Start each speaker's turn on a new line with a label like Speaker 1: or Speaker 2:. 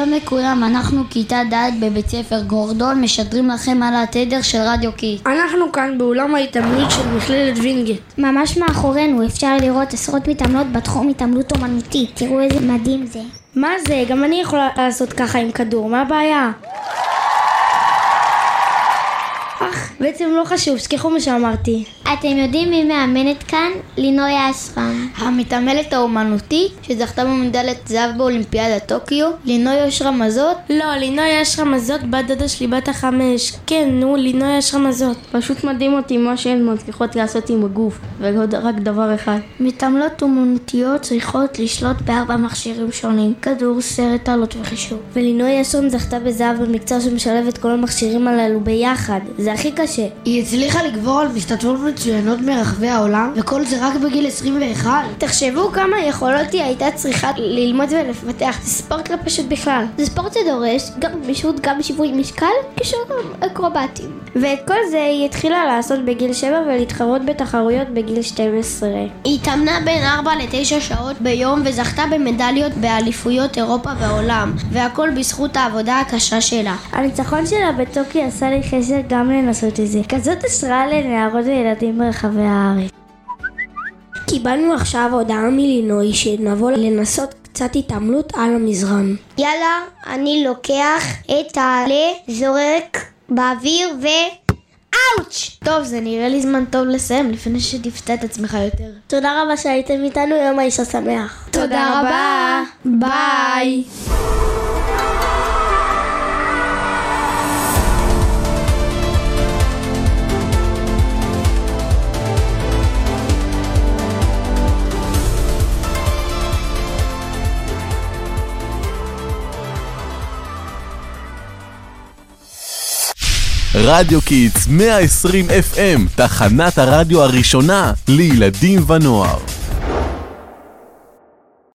Speaker 1: שלום לכולם, אנחנו כיתה ד' בבית ספר גורדון, משדרים לכם על התדר של רדיו קיטס.
Speaker 2: אנחנו כאן באולם ההתעמלות של מכללת וינגייט.
Speaker 3: ממש מאחורינו אפשר לראות עשרות מתעמלות בתחום התעמלות אומנותית. תראו איזה מדהים זה.
Speaker 2: מה זה? גם אני יכולה לעשות ככה עם כדור, מה הבעיה? בעצם לא חשוב, שכחו מה שאמרתי.
Speaker 3: אתם יודעים מי מאמנת כאן? לינוי אשרם,
Speaker 1: המתעמלת האומנותית שזכתה במדליית זהב באולימפיאדת טוקיו. לינוי אשרם הזאת?
Speaker 2: לא, לינוי אשרם הזאת בת דודה שלי בת 5. כן, נו, לינוי אשרם הזאת.
Speaker 4: פשוט מדהים אותי מה שהן מצליחות לעשות עם הגוף. ועוד רק דבר אחד,
Speaker 1: מתעמלות אומנותיות צריכות לשלוט ב4 מכשירים שונים: כדור, סרט, עלות וחישוב.
Speaker 2: ולינוי אשרם זכתה בזהב במקצוע שמשלב את כל המכשירים הללו ביחד. זה הכי קשה.
Speaker 5: היא הצליחה לגבור על משתתפות מצוינות מרחבי העולם, וכל זה רק בגיל 21.
Speaker 2: תחשבו כמה יכולות היא הייתה צריכה ללמוד ולפתח. זה ספורט לא פשוט בכלל.
Speaker 3: זה ספורט שדורש גם גמישות, גם שיווי משקל, כישורים אקרובטיים.
Speaker 2: ואת כל זה היא התחילה לעשות בגיל 7 ולהתחרות בתחרויות בגיל 12.
Speaker 1: היא התאמנה בין 4 ל-9 שעות ביום וזכתה במדליות באליפויות אירופה והעולם, והכל בזכות העבודה הקשה שלה.
Speaker 2: הניצחון שלה בטוקיו עשה לי חשק גם לנסות את זה. כזאת השראה לנערות וילדים ברחבי הארץ. קיבלנו עכשיו הודעה מלינוי שנבוא לנסות קצת התעמלות על המזרן.
Speaker 3: יאללה, אני לוקח את העלה, זורק באוויר אאוץ'!
Speaker 1: טוב, זה נראה לי זמן טוב לסיים לפני שתפתה את עצמך יותר.
Speaker 2: תודה רבה שהייתם איתנו, יום האישה שמח.
Speaker 1: תודה רבה. ביי.
Speaker 6: רדיו קיטס 120 FM, תחנת הרדיו הראשונה לילדים ונוער.